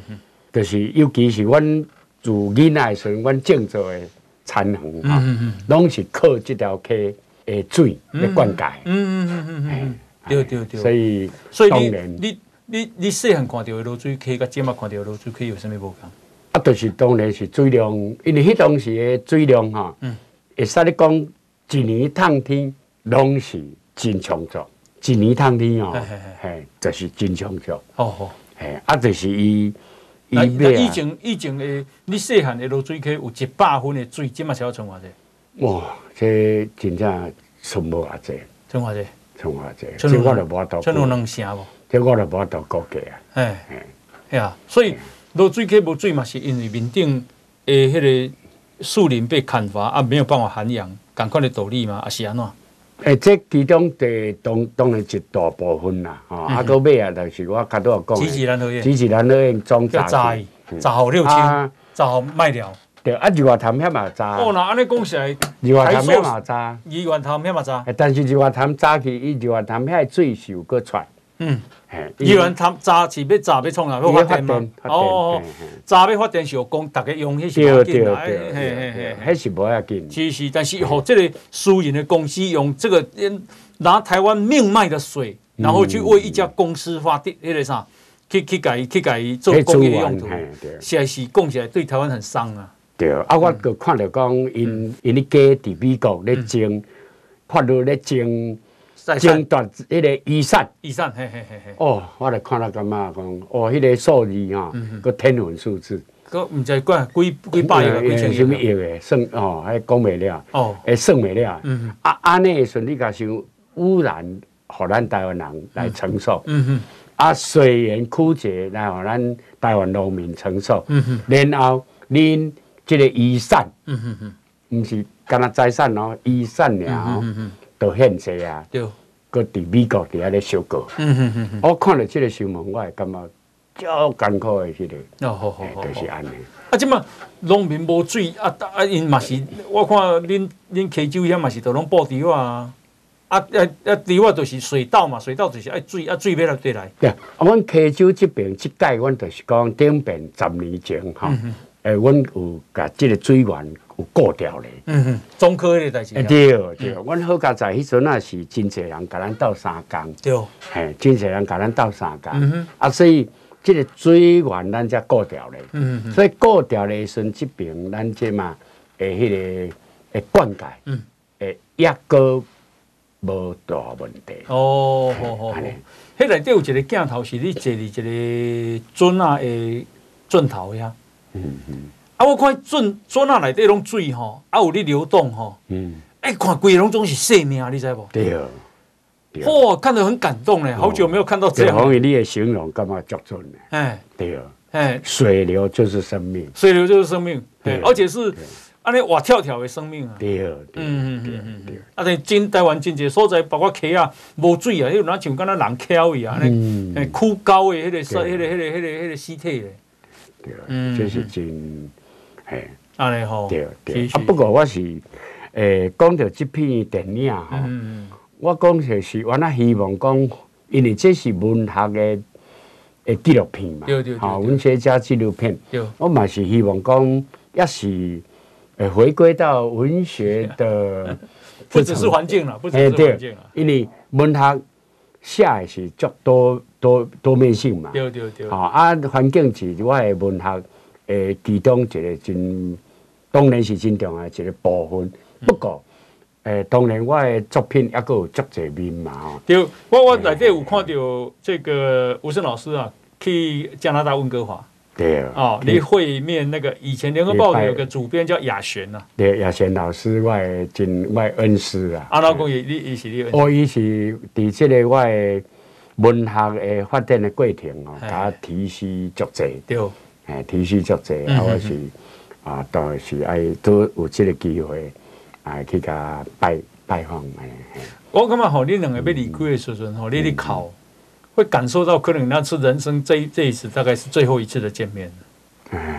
就是尤其是阮自囡仔时阵，阮种做的田园哈，拢是靠这条溪的水来灌溉。 嗯嗯嗯嗯嗯，对对对。 所以， 所以你你你你细汉看到的露水溪，甲今麦看到的露水溪有啥物无同？ 啊，就是当然是水量，因为迄当时的水量哈，会使你讲一年通天拢是真充足，一年通天哦，嘿，就是真充足。 哦哦， 嘿，啊，就是伊。 那以前以前的你细汉的露水溪有一百分的水，今麦是要存偌济？ 哇，这真正存无偌济， 存偌济？ 存偌济，这我就无法度。 存有两成无？ 这我就无法度估计啊。 哎，哎呀，所以露水溪无水嘛，是因为面顶的迄个树林被砍伐啊，没有办法涵养，赶快的道理嘛，还是安怎？ 诶，这其中的当当然一大部分啦，吼，啊，到尾啊，就是我较多讲， 支持咱好嘢， 支持咱好嘢种杂去， 杂好六千，杂好卖了。 对，啊，日月潭遐嘛杂。 哦，那安尼讲起来， 日月潭遐嘛杂。 日月潭遐嘛杂。 但是日月潭早起，伊日月潭遐水是有搁出。嗯。 日月潭早是要炸要创啥？要发电吗？哦，炸要发电是有供大家用，迄是要紧啦。 对对对，迄是无要紧。 是是，但是吼，这个私人的公司用这个拿台湾命脉的水，然后去为一家公司发电，迄个啥，去去改去改做工业用途，现在是讲起来对台湾很伤啊。 对，啊，我就看到讲，因因咧家伫美国咧种，法律咧种。争夺迄个遗产， 遗产，嘿嘿嘿嘿。 哦，我就看到感觉讲，哦，迄个数字吼，个天文数字， 个唔知几几几百亿、几千亿。 什么亿的算哦，还讲袂了，哦，会算袂了。嗯啊，安尼时阵你甲想污染，互咱台湾人来承受。嗯哼。啊，水源枯竭来互咱台湾农民承受。嗯哼。然后恁即个遗产，嗯哼哼，唔是干那财产哦，遗产尔哦。嗯哼。都现济啊，对，搁伫美国伫遐咧收购。嗯嗯嗯嗯，我看到这个新闻，我会感觉足艰苦的迄个。哦，好好好，就是安尼。 啊，即马农民无水啊啊，因嘛是，我看恁恁溪州遐嘛是都拢布稻啊。啊啊啊！稻啊，就是水稻嘛，水稻就是爱水啊，水要来对来。 对啊，阮溪州这边即届，阮就是讲顶边十年前哈，诶，阮有甲即个水源。有过掉咧， 嗯哼，中科迄个代志。 对对，阮好佳在迄阵啊是真侪人甲咱斗相共，对，嘿，真侪人甲咱斗相共，啊，所以即个水源咱才过掉咧，嗯哼，所以过掉咧时阵，即边咱即嘛诶，迄个诶灌溉，嗯，诶，抑个无大问题。 哦，好好好，迄内底有一个镜头是你坐伫一个樽啊诶樽头遐，嗯嗯。啊！我看樽樽啊内底拢水吼，啊有咧流动吼，嗯，哎，看规个拢总是生命，你知无？ 对啊， 哇，看得很感动嘞，好久没有看到这样。 黄宇，你的形容干嘛足准呢？哎，对啊，哎，水流就是生命， 水流就是生命，对，而且是安尼活跳跳的生命啊。 对啊，嗯嗯嗯嗯嗯，啊，但真台湾真侪所在，包括溪啊，无水啊，迄哪像敢若人翘伊啊，安尼，哎，枯高的迄个、迄个、迄个、迄个、迄个尸体嘞。 对啊，这是真。嘿， 安尼吼， 对对，啊，不过我是，诶，讲到这篇电影吼，我讲就是我那希望讲，因为这是文学的诶纪录片嘛， 对对对， 好，文学加纪录片，我嘛是希望讲，也是诶回归到文学的， 不只是环境了，不只是环境了， 因为文学写的是足多多多面性嘛， 对对对， 好啊，环境是我的文学。诶，其中一个真当然是真重要一个部分。不过，诶，当然我的作品还阁有足侪面嘛。 对，我我内底有看到这个吴胜老师啊，去加拿大温哥华。 对啊。 哦，你会面那个以前联合报有个主编叫亚璇呐。 对，亚璇老师，我的真我的恩师啊。 啊，老公也你伊是你恩师。 哦，伊是伫这个我的文学的发展的过程哦，甲提示足侪。对。诶，提示足济，啊，我是啊，都是爱都有这个机会，啊，去甲拜拜访诶。 我感觉吼，你两个要离开的时阵，吼，你咧考，会感受到可能那次人生这这一次大概是最后一次的见面。 唉，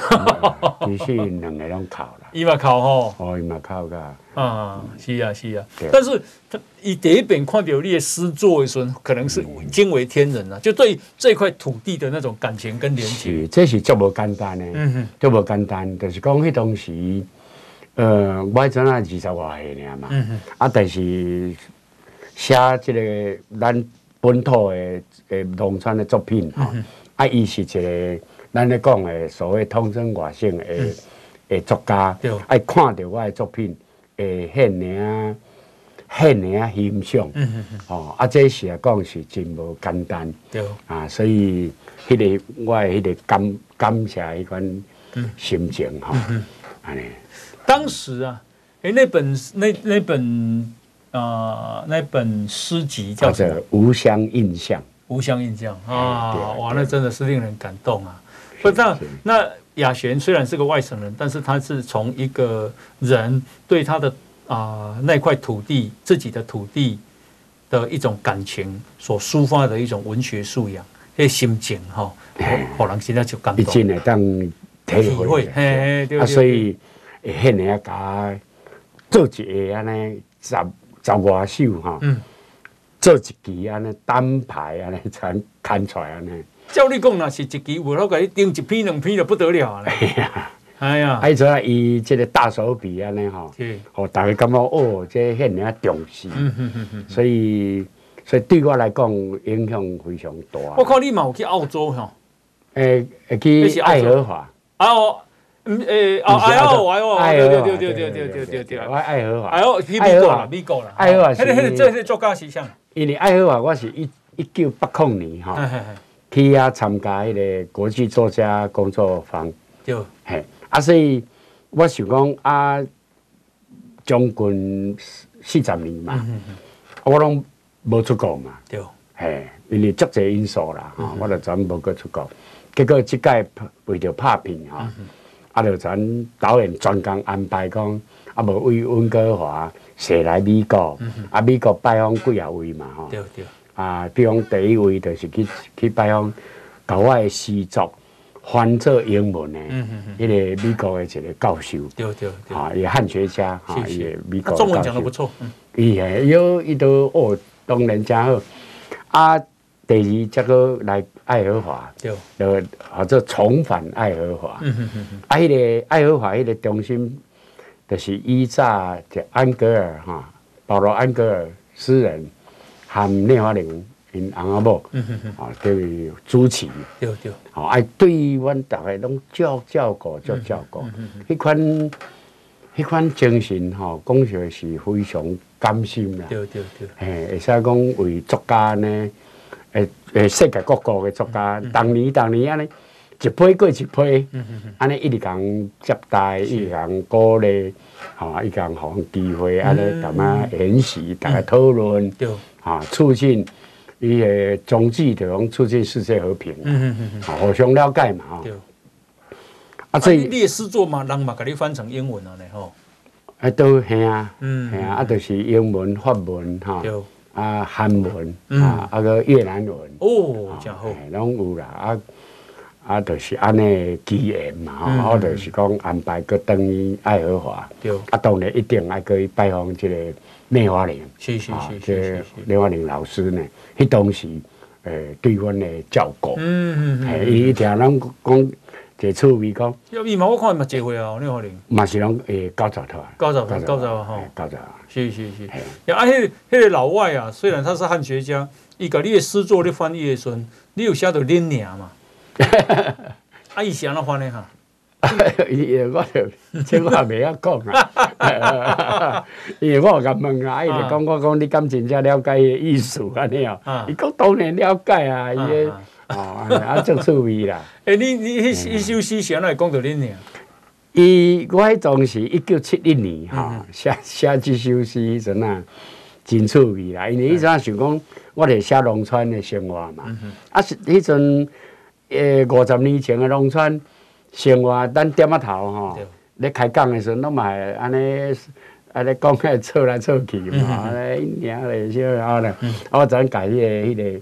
其实两个拢考啦， 伊嘛考吼， 哦，伊嘛考噶。 啊，是啊是啊，但是他伊第一遍看到你的诗作的时候，可能是惊为天人啊，就对这块土地的那种感情跟连接。 是，这是足无简单的， 嗯哼， 足无简单，就是讲迄当时，呃，我阵啊二十外岁尔嘛， 嗯哼， 啊，但是写即个咱本土的诶农村的作品吼， 嗯啊，伊是一个咱咧讲的所谓通真外省的诶作家，爱看到我的作品。诶，赫尔赫尔欣赏， 嗯嗯哦，啊，这是来讲是真无简单， 对， 啊，所以迄、那个我诶迄个感感谢迄款心情吼，安尼、嗯。 当时啊，诶、欸，那本那那本啊、呃、那本诗集叫什么？《 无乡印象》。 无乡印象啊，哇，那真的是令人感动啊！不，那那。雅璇虽然是个外省人，但是他是从一个人对他的啊、呃、那块土地、自己的土地的一种感情所抒发的一种文学素养，那心情哈，让人现在就感动。 一真会当体会， 嘿对啊，所以会现个甲做一个安尼十十外首哈，嗯，做一期安尼单排安尼才看出来安尼。 照你讲，若是一期，有好甲你订一篇两篇就不得了啊！哎呀， 哎，所以伊这个大手笔安尼吼，互大家感觉哦，这显尔重视，嗯嗯嗯嗯，所以所以对我来讲影响非常大。 我看你嘛有去澳洲吼， 诶，会去爱荷华。 啊哦，嗯诶，哦哎哦哎哦，对对对对对对对对， 我爱荷华。 哎哦，去美国啦，美国啦。 爱荷华是， 迄个迄个这是作家是啥？ 因为爱荷华我是一一九八零年吼。去遐参加迄个国际作家工作坊， 对， 嘿，啊，所以我想讲啊，将近四十年嘛，嗯嗯、我拢无出国嘛， 对， 嘿，因为足侪因素啦，吼、嗯，我就全无去出国。结果即届为着拍片吼，嗯、啊，就咱导演专工安排讲，啊，无为温哥华踅来美国，嗯、啊，美国拜访几啊位嘛，吼， 对对。 啊，比方第一位就是去去拜访，甲我的诗作翻做英文的，嗯嗯嗯，迄个美国的一个教授， 对对对， 啊，也汉学家，哈，也美国中文讲得不错，嗯， 伊嘿有伊都哦，当然真好。啊，第二则个来爱荷华， 对， 就或者重返爱荷华， 嗯嗯嗯嗯， 啊，迄个爱荷华迄个中心，就是依早就安格尔哈，保罗安格尔诗人。和聂华苓因翁仔某，啊，叫主持， 对对， 哦，哎，对阮大家拢照照顾，照照顾，迄款迄款精神吼，讲起来是非常甘心啦。 对对对， 嘿，会使讲为作家呢，诶诶，世界各国嘅作家，当年当年安尼一批过一批，安尼一直共接待，一直共鼓励，吼，一直共互机会，安尼大家演习，大家讨论。啊，促进伊个宗旨就讲促进世界和平，嗯嗯嗯，互相了解嘛，吼。啊， 所以你的诗作嘛，人嘛，甲你翻成英文啊，呢吼。 啊，都系啊，嗯，系啊，啊，就是英文、法文，哈，啊，韩文，啊，啊个越南文， 哦，真好， 拢有啦，啊，啊，就是安尼机缘嘛，吼，我就是讲安排去等于爱荷华，对，啊，当然一定爱去拜访这个。聂华苓， 是是是是，聂华苓老师呢，迄当时，诶，对阮的照顾，嗯嗯嗯，伊听咱讲，一趣味讲， 要伊嘛，我看嘛结婚啊，聂华苓， 嘛是拢诶九十头啊， 九十九十啊，吼， 九十， 是是是，啊，迄迄个老外啊，虽然他是汉学家，伊甲你的诗作咧翻译的时阵，你有写到恁名嘛？啊，伊是安怎翻的哈？ 伊我就这我袂晓讲啊，因为我有甲问啊，伊就讲我讲你敢真正了解伊意思安尼哦？伊讲当然了解啊，伊个哦啊足趣味啦。 诶，你你迄迄首诗是安怎会讲到恁呢？ 伊我迄当时一九七一年吼，写写即首诗迄阵啊，真趣味啦。因为迄阵想讲，我伫写农村的生活嘛，啊是迄阵诶五十年前的农村。生活，咱点仔头吼，咧开讲的时候，拢嘛安尼安尼讲起凑来凑去嘛，安尼领咧少啊咧。我昨甲迄个迄个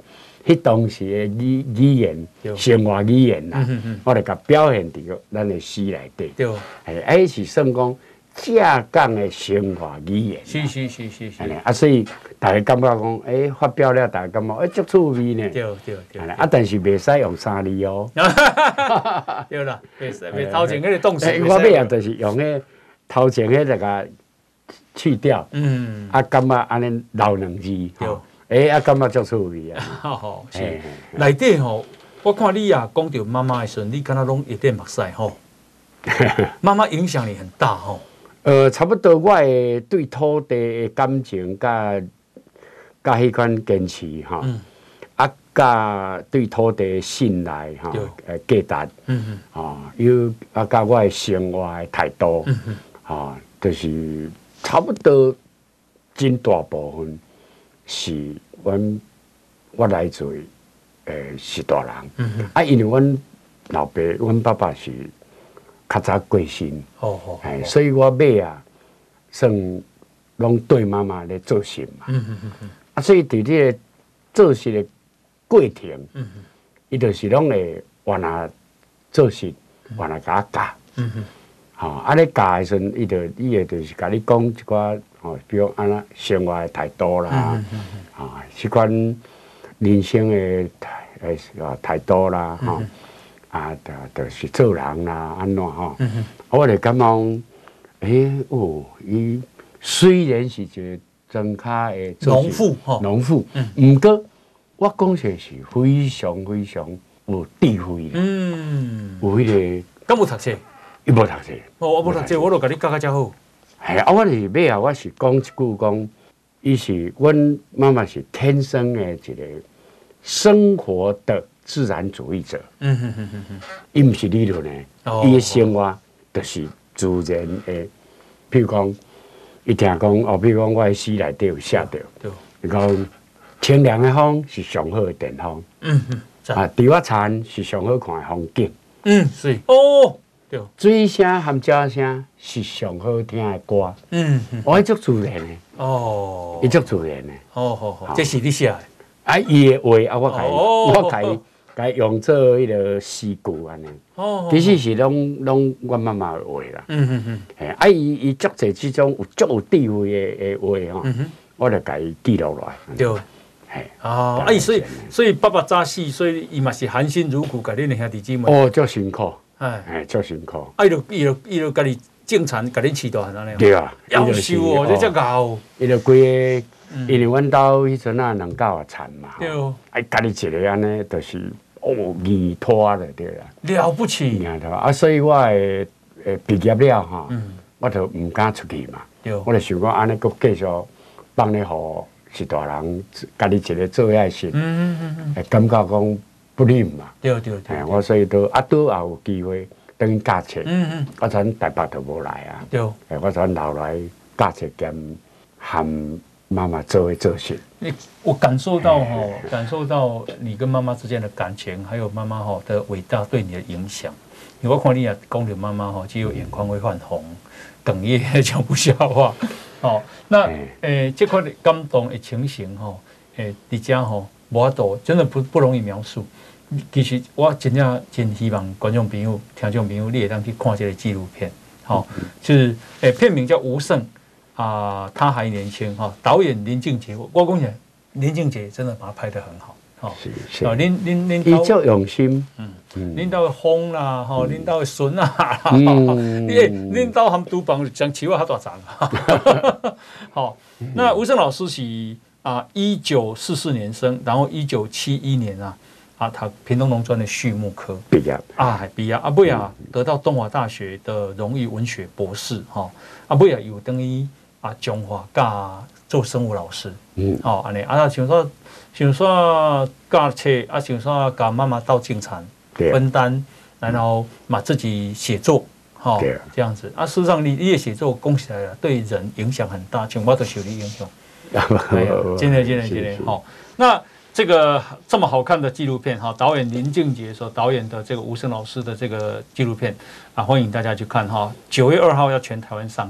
迄当时的语语言、生活语言啦，我哋甲表现伫个咱的诗内底。 对， 哎，哎是算讲正港的生活语言。 是是是是是。 啊，所以大家感觉讲，哎，发表了，大家感觉哎，足趣味呢。 对对对。 啊，但是袂使用三字哦。 对啦，袂使，袂头前迄个动词。 我尾啊，就是用迄头前迄个去掉。嗯。啊，感觉安尼留两字。吼。哎，啊，感觉足趣味啊！ 好好是，内底吼，我看你啊，讲到妈妈的时候，你敢若拢一点目屎吼。妈妈影响你很大吼。 呃，差不多我的对土地的感情，甲甲迄款坚持吼，啊，甲对土地的信赖吼，呃，价值，嗯嗯，哦，有啊，甲我的生活的态度，嗯嗯，哦，就是差不多真大部分。是阮我来自诶是大人，嗯、啊，因为阮老爸、阮爸爸是较早过身，哦哦，哎，所以我尾啊，算拢对妈妈咧做事嘛，嗯嗯嗯嗯，啊，所以伫这个做事的过程，嗯嗯，伊就是拢会原来做事，原来甲我教，嗯嗯，吼，啊，咧教的时阵，伊就伊会就是甲你讲一寡。哦，比如安那生活的态度啦，啊、嗯，即款人生的态诶啊态度啦，吼、嗯，啊，就就是做人啦，安怎吼？嗯、我就感觉，诶、欸，哦，伊虽然是一个庄卡的农妇，吼， 农妇，嗯，毋过我讲起是非常非常有智慧的，嗯，有迄、那个，敢有读册？ 伊无读册， 哦，我无读册，我就甲你教较好。 系啊！我是尾啊，我是讲一句讲，伊是阮妈妈是天生的一个生活的自然主义者。嗯哼哼哼哼，伊毋是理论的，伊的生活就是自然的。譬如讲，伊听讲哦，譬如讲我的诗内底有写着，伊讲清凉的风是上好的电风。嗯哼，啊，稻仔田是上好看的风景。 嗯，是哦。 水声和鸟声是上好听的歌，嗯，我足自然的，哦，伊足自然的， 好好好，这是你写的， 啊，伊的话啊，我改，我改改用做迄个诗句安尼，哦，其实是拢拢我妈妈的话啦，嗯嗯嗯，哎，啊，伊伊足侪即种有足有智慧的的话吼，我就改记录落来， 对，哎，啊，哎，所以所以爸爸早死，所以伊嘛是含辛茹苦，甲恁兄弟姊妹， 哦，足辛苦。哎，哎，足辛苦。 啊，伊就伊就伊就家己种田，甲恁饲大汉安尼。 对啊， 夭寿哦，这只牛。 伊就规个，因为阮兜迄阵啊两狗也田嘛， 对哦。 哎，家己一个安尼，就是哦，二拖了对啦。 了不起。 啊，所以我诶诶毕业了哈，我就毋敢出去嘛。对。我就想讲安尼，佫继续帮你互是大人，家己一个做遐事。嗯嗯嗯嗯。感觉讲。不吝嘛， 对对对， 我所以都啊都也有机会等于教册，嗯嗯，我咱台北都无来啊，对，我咱留来教册兼和妈妈做一做事。 你我感受到哈，感受到你跟妈妈之间的感情，还有妈妈哈的伟大对你的影响。我看你也讲到妈妈哈，只有眼眶会泛红，哽咽讲不消话。哦，那诶，这块感动的情形哈，诶，你家哈，无多真的不不容易描述。其实我真正真希望观众朋友、听众朋友，你也当去看这个纪录片，好、哦，就是诶、欸、片名叫《吴胜》啊、呃，他还年轻哈、哦，导演林靖杰，我讲起来，林靖杰真的把他拍得很好，哦， 是是， 哦，恁恁恁伊足用心， 嗯嗯，恁兜的风啦，吼、哦，恁兜的孙啊，嗯，你恁兜含厨房将起我较大张，好，那吴胜老师是啊一九四四年生，然后一九七一年啊。啊，他屏东农专的畜牧科毕业啊，毕业啊，尾啊得到东华大学的荣誉文学博士哈，啊尾啊有等于啊中华教做生物老师，嗯，哦安尼啊，想说想说教册啊，想说教妈妈到进产分担，然后嘛自己写作，哈，这样子啊，事实上你你的写作讲起来了，对人影响很大，像我都受你影响，真的真的真的好，那。这个这么好看的纪录片哈，导演林靖杰所导演的这个吴胜老师的这个纪录片啊，欢迎大家去看哈。九月二号要全台湾上映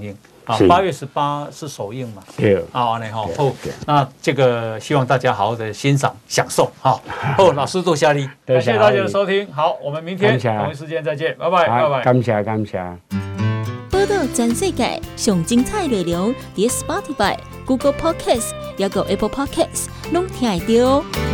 啊，八月十八是首映嘛？ 对。 啊，那好，后那这个希望大家好好的欣赏享受哈。后老师多谢你，感谢大家的收听。好，我们明天同一时间再见，拜拜，拜拜。 感谢感谢。 报道全世界上精彩内容，伫 Spotify、Google Podcast， 还有 Apple Podcast， 拢听得到。